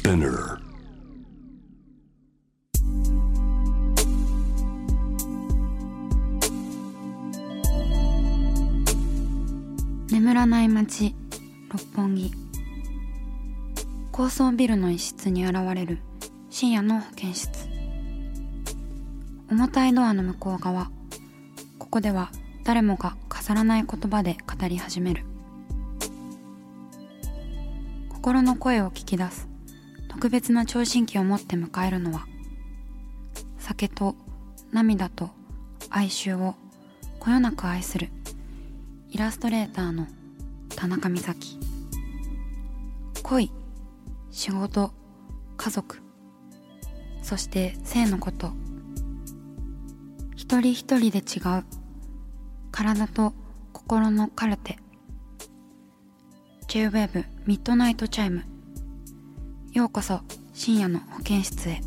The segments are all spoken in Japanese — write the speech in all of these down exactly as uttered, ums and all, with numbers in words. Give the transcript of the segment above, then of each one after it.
Spinner。 眠らない街六本木。高層ビルの一室に現れる深夜の保健室。重たいドアの向こう側、ここでは誰もが飾らない言葉で語り始める。心の声を聞き出す特別な聴診器を持って迎えるのは、酒と涙と哀愁をこよなく愛するイラストレーターの田中美咲。恋、仕事、家族、そして性のこと、一人一人で違う体と心のカルテ。 J-Wave ミッドナイトチャイム。ようこそ深夜の保健室へ。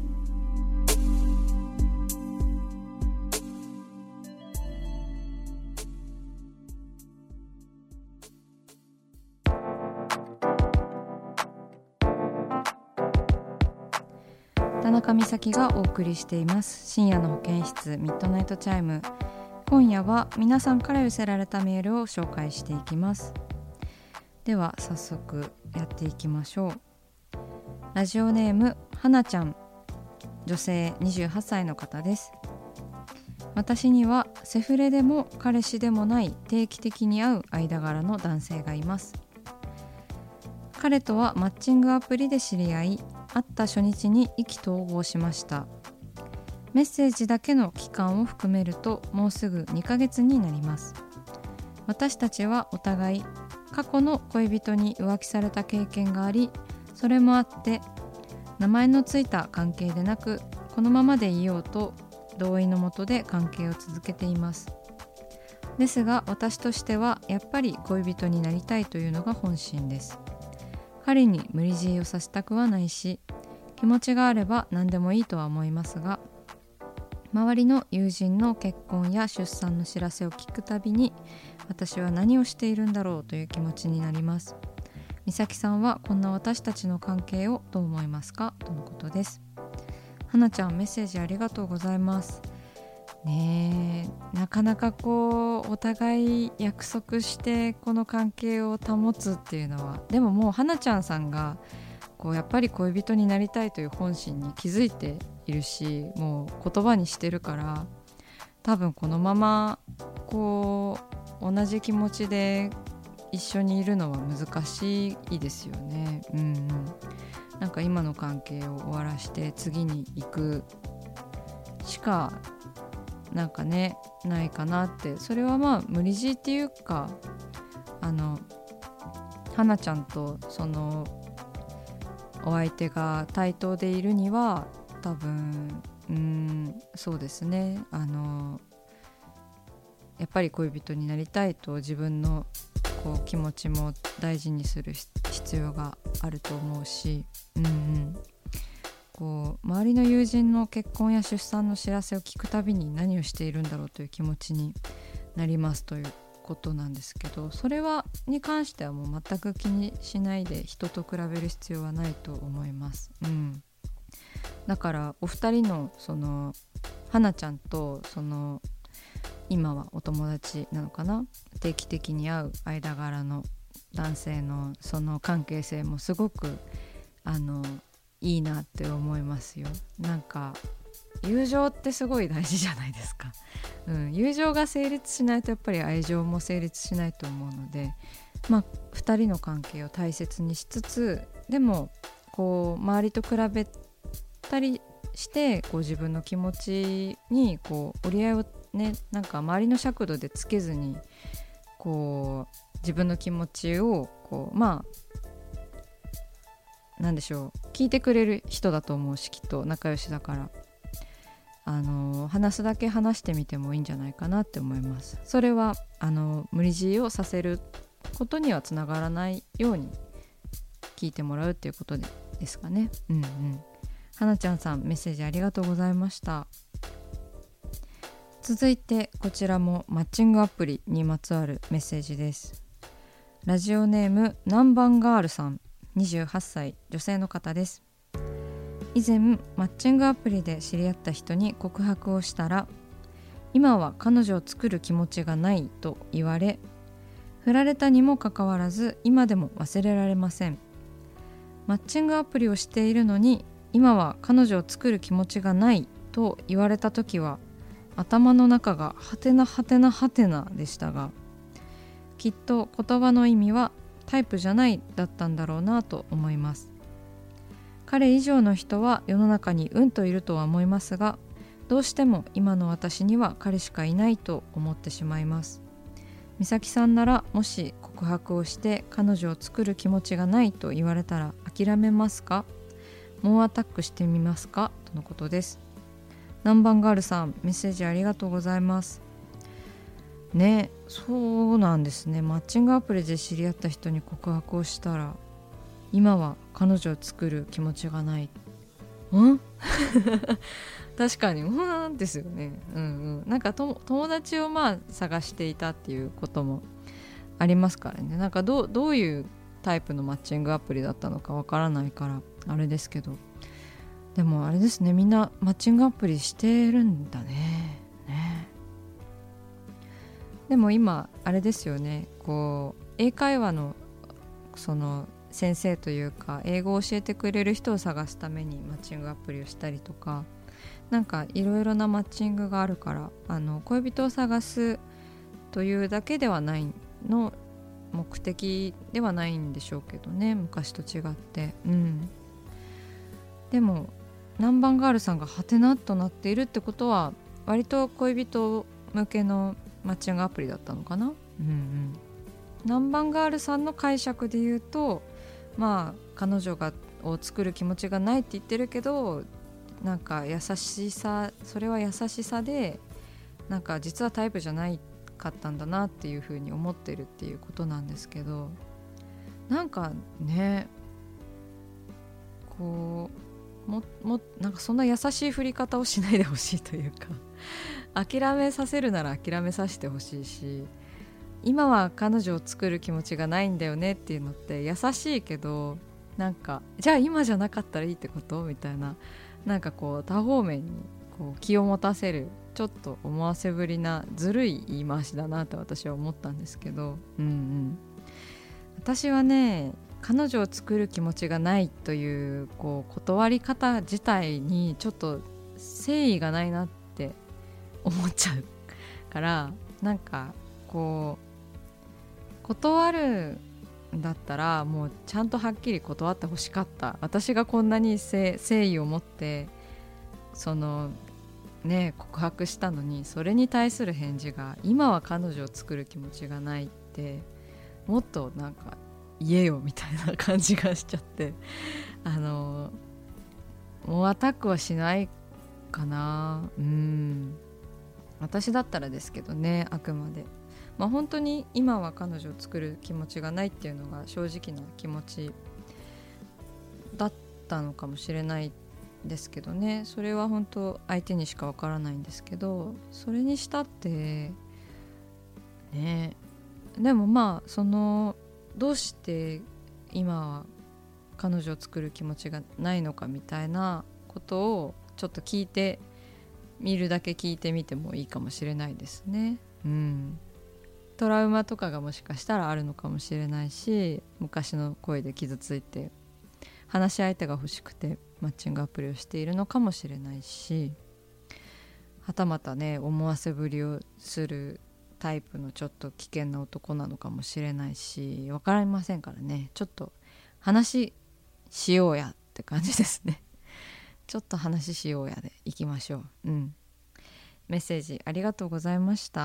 田中美咲がお送りしています深夜の保健室ミッドナイトチャイム。今夜は皆さんから寄せられたメールを紹介していきます。では早速やっていきましょう。ラジオネームはなちゃん、女性にじゅうはっさいの方です。私にはセフレでも彼氏でもない定期的に会う間柄の男性がいます。彼とはマッチングアプリで知り合い、会った初日に意気投合しました。メッセージだけの期間を含めるともうすぐにかげつになります。私たちはお互い過去の恋人に浮気された経験があり、それもあって名前のついた関係でなく、このままでいようと同意のもとで関係を続けています。ですが私としてはやっぱり恋人になりたいというのが本心です。彼に無理強いをさせたくはないし、気持ちがあれば何でもいいとは思いますが、周りの友人の結婚や出産の知らせを聞くたびに、私は何をしているんだろうという気持ちになります。美咲さんはこんな私たちの関係をどう思いますか、とのことです。はなちゃん、メッセージありがとうございますね。えなかなかこうお互い約束してこの関係を保つっていうのは、でももうはなちゃんさんがこうやっぱり恋人になりたいという本心に気づいているし、もう言葉にしてるから、多分このままこう同じ気持ちで一緒にいるのは難しいですよね。うんうん、なんか今の関係を終わらして次に行くしかなんかねないかなって。それはまあ無理強いっていうか、あのはなちゃんとそのお相手が対等でいるには多分うーんそうですね、あのやっぱり恋人になりたいと自分のこう気持ちも大事にする必要があると思うし、うんうん、こう周りの友人の結婚や出産の知らせを聞くたびに何をしているんだろうという気持ちになりますということなんですけど、それはに関してはもう全く気にしないで人と比べる必要はないと思います。うん、だからお二人のそのはなちゃんとその今はお友達なのかな、定期的に会う間柄の男性のその関係性もすごくあのいいなって思いますよ。なんか友情ってすごい大事じゃないですか、うん、友情が成立しないとやっぱり愛情も成立しないと思うので、まあふたりの関係を大切にしつつ、でもこう周りと比べたりしてこう自分の気持ちにこう折り合いをね、なんか周りの尺度でつけずにこう自分の気持ちをこうまあなんでしょう、聞いてくれる人だと思うし、きっと仲良しだからあの話すだけ話してみてもいいんじゃないかなって思います。それはあの無理強いをさせることにはつながらないように聞いてもらうっていうことでですかね。うんうん。はなちゃんさん、メッセージありがとうございました。続いてこちらもマッチングアプリにまつわるメッセージです。ラジオネーム南蛮ガールさん、にじゅうはっさい女性の方です。 以前マッチングアプリで知り合った人に告白をしたら、今は彼女を作る気持ちがないと言われ、振られたにもかかわらず今でも忘れられません。マッチングアプリをしているのに今は彼女を作る気持ちがないと言われた時は、頭の中がはてなはてなはてなでしたが、きっと言葉の意味はタイプじゃないだったんだろうなと思います。彼以上の人は世の中にうんといるとは思いますが、どうしても今の私には彼しかいないと思ってしまいます。美咲さんならもし告白をして彼女を作る気持ちがないと言われたら諦めますか？猛アタックしてみますか？とのことです。南蛮ガールさん、メッセージありがとうございますね。そうなんですね。マッチングアプリで知り合った人に告白をしたら今は彼女を作る気持ちがない。ん確かにうんですよね。うんうん、なんかと友達をまあ探していたっていうこともありますからね。なんかどう、どういうタイプのマッチングアプリだったのかわからないからあれですけど、でもあれですね、みんなマッチングアプリしてるんだね。ね。でも今あれですよね、こう英会話のその先生というか英語を教えてくれる人を探すためにマッチングアプリをしたりとか、なんかいろいろなマッチングがあるから、あの恋人を探すというだけではないの目的ではないんでしょうけどね、昔と違って。うん。でも南蛮ガールさんがハテナとなっているってことは割と恋人向けのマッチングアプリだったのかな。うんうん。南蛮ガールさんの解釈で言うと、まあ彼女がを作る気持ちがないって言ってるけど、なんか優しさ、それは優しさで、なんか実はタイプじゃないかったんだなっていう風に思ってるっていうことなんですけど、なんかね、こうももなんかそんな優しい振り方をしないでほしいというか諦めさせるなら諦めさせてほしいし、今は彼女を作る気持ちがないんだよねっていうのって優しいけど、なんかじゃあ今じゃなかったらいいってことみたいな、なんかこう多方面にこう気を持たせる、ちょっと思わせぶりなずるい言い回しだなと私は思ったんですけど、うんうん、私はね、彼女を作る気持ちがないという、こう断り方自体にちょっと誠意がないなって思っちゃうから、なんかこう断るんだったらもうちゃんとはっきり断ってほしかった。私がこんなに誠意を持ってそのね告白したのに、それに対する返事が今は彼女を作る気持ちがないって、もっとなんか言えよみたいな感じがしちゃって、あのもうアタックはしないかな。うん、私だったらですけどね、あくまでまあ本当に今は彼女を作る気持ちがないっていうのが正直な気持ちだったのかもしれないですけどね、それは本当相手にしかわからないんですけど、それにしたってね、でもまあそのどうして今は彼女を作る気持ちがないのかみたいなことをちょっと聞いてみるだけ聞いてみてもいいかもしれないですね。うん、トラウマとかがもしかしたらあるのかもしれないし、昔の恋で傷ついて話し相手が欲しくてマッチングアプリをしているのかもしれないし、はたまたね思わせぶりをするタイプのちょっと危険な男なのかもしれないし、分かりませんからね。ちょっと話しようやって感じですねちょっと話しようやでいきましょう。うん、メッセージありがとうございました。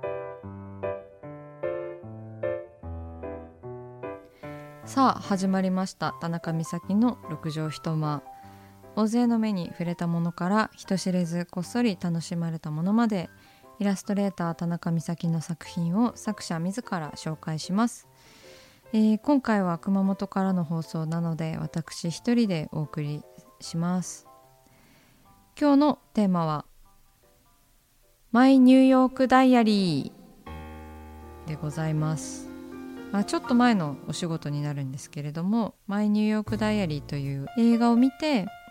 さあ始まりました田中美咲の六畳一間。大勢の目に触れたものから人知れずこっそり楽しまれたものまで、イラストレーター田中美咲の作品を作者自ら紹介します。えー、今回は熊本からの放送なので私一人でお送りします。今日のテーマはマイニューヨークダイアリーでございます。まあ、ちょっと前のお仕事になるんですけれども、マイニューヨークダイアリーという映画を見て、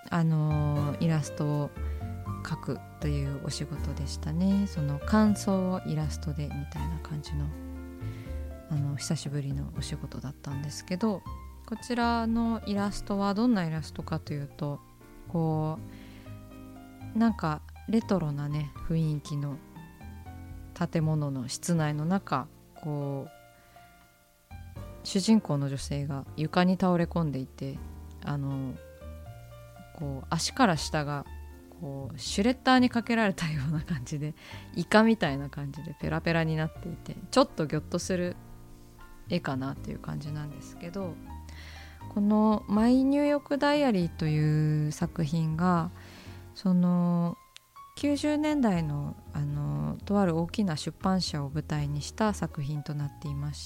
あのイラストを描くというお仕事でしたね。その感想をイラストでみたいな感じの、あの久しぶりのお仕事だったんですけど、こちらのイラストはどんなイラストかというと、こうなんかレトロなね雰囲気の建物の室内の中、こう主人公の女性が床に倒れ込んでいて、あのこう足から下がこうシュレッダーにかけられたような感じで、イカみたいな感じでペラペラになっていて、ちょっとギョッとする絵かなっていう感じなんですけど、このマイニューヨークダイアリーという作品がそのきゅうじゅうねんだい の, あのとある大きな出版社を舞台にした作品となっていまして、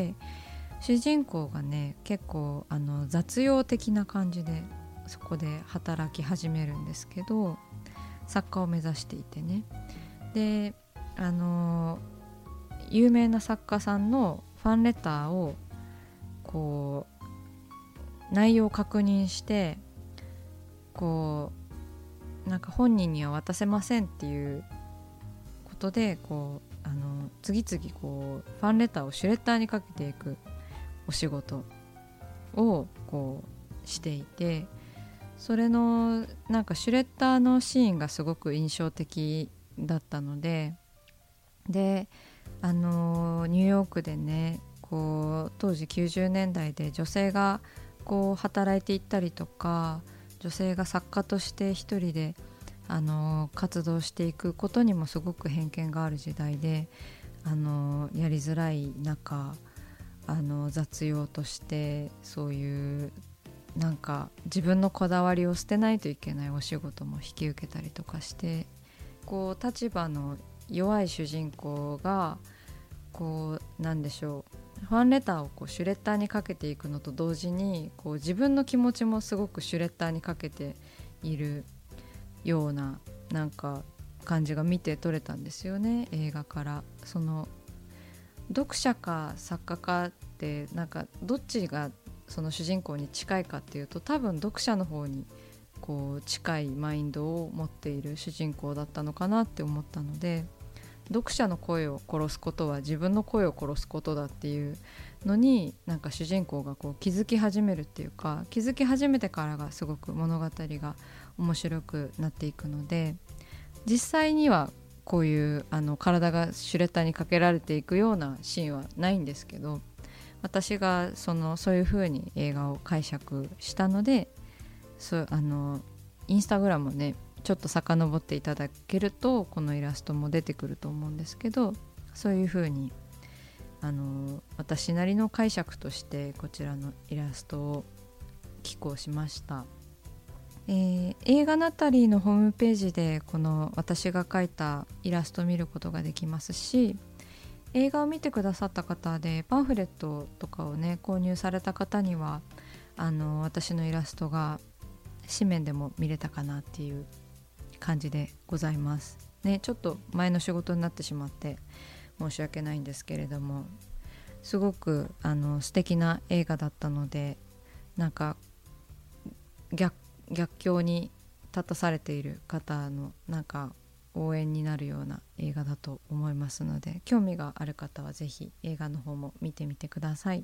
主人公がね結構あの雑用的な感じでそこで働き始めるんですけど、作家を目指していてね、であの有名な作家さんのファンレターをこう内容を確認して、こうなんか本人には渡せませんっていうことで、こうあの次々こうファンレターをシュレッダーにかけていくお仕事をこうしていて、それのなんかシュレッダーのシーンがすごく印象的だったので、であのニューヨークでねこう当時きゅうじゅうねんだいで女性がこう働いていったりとか、女性が作家として一人であの活動していくことにもすごく偏見がある時代で、あのやりづらい中、あの雑用としてそういうなんか自分のこだわりを捨てないといけないお仕事も引き受けたりとかして、こう立場の弱い主人公がこうなんでしょう、ファンレターをこうシュレッダーにかけていくのと同時に、こう自分の気持ちもすごくシュレッダーにかけているようななんか感じが見て取れたんですよね、映画から。その読者か作家かってなんかどっちがその主人公に近いかっていうと、多分読者の方にこう近いマインドを持っている主人公だったのかなって思ったので、読者の声を殺すことは自分の声を殺すことだっていうのになんか主人公がこう気づき始めるっていうか、気づき始めてからがすごく物語が面白くなっていくので、実際にはこういうあの体がシュレッダーにかけられていくようなシーンはないんですけど、私がそのそういう風に映画を解釈したので、そうあのインスタグラムをねちょっと遡っていただけるとこのイラストも出てくると思うんですけど、そういう風にあの私なりの解釈としてこちらのイラストを寄稿しました。えー、映画ナタリーのホームページでこの私が描いたイラストを見ることができますし、映画を見てくださった方でパンフレットとかをね購入された方にはあの私のイラストが紙面でも見れたかなっていう感じでございますね。ちょっと前の仕事になってしまって申し訳ないんですけれども、すごくあの素敵な映画だったので、なんか 逆, 逆境に立たされている方のなんか応援になるような映画だと思いますので、興味がある方はぜひ映画の方も見てみてください。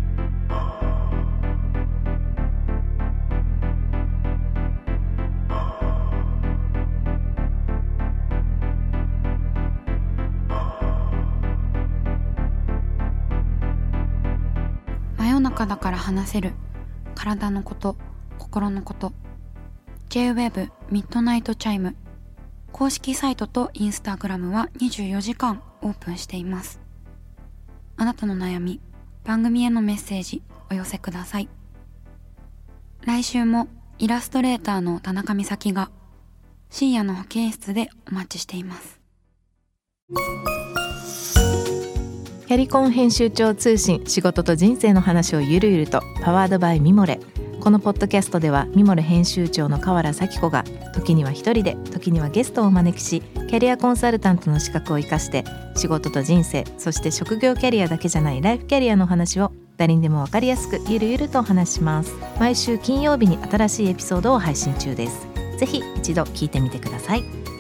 真夜中だから話せる体のこと、心のこと。 J-ウェブ ミッドナイトチャイム公式サイトとインスタグラムはにじゅうよじかんオープンしています。あなたの悩み、番組へのメッセージお寄せください。来週もイラストレーターの田中美咲が深夜の保健室でお待ちしています。 キャリコン編集長通信、仕事と人生の話をゆるゆると、パワードバイミモレ。このポッドキャストではミモレ編集長の河原咲子が時には一人で時にはゲストをお招きし、キャリアコンサルタントの資格を生かして仕事と人生、そして職業キャリアだけじゃないライフキャリアの話を誰にでもわかりやすくゆるゆるとお話します。毎週金曜日に新しいエピソードを配信中です。ぜひ一度聞いてみてください。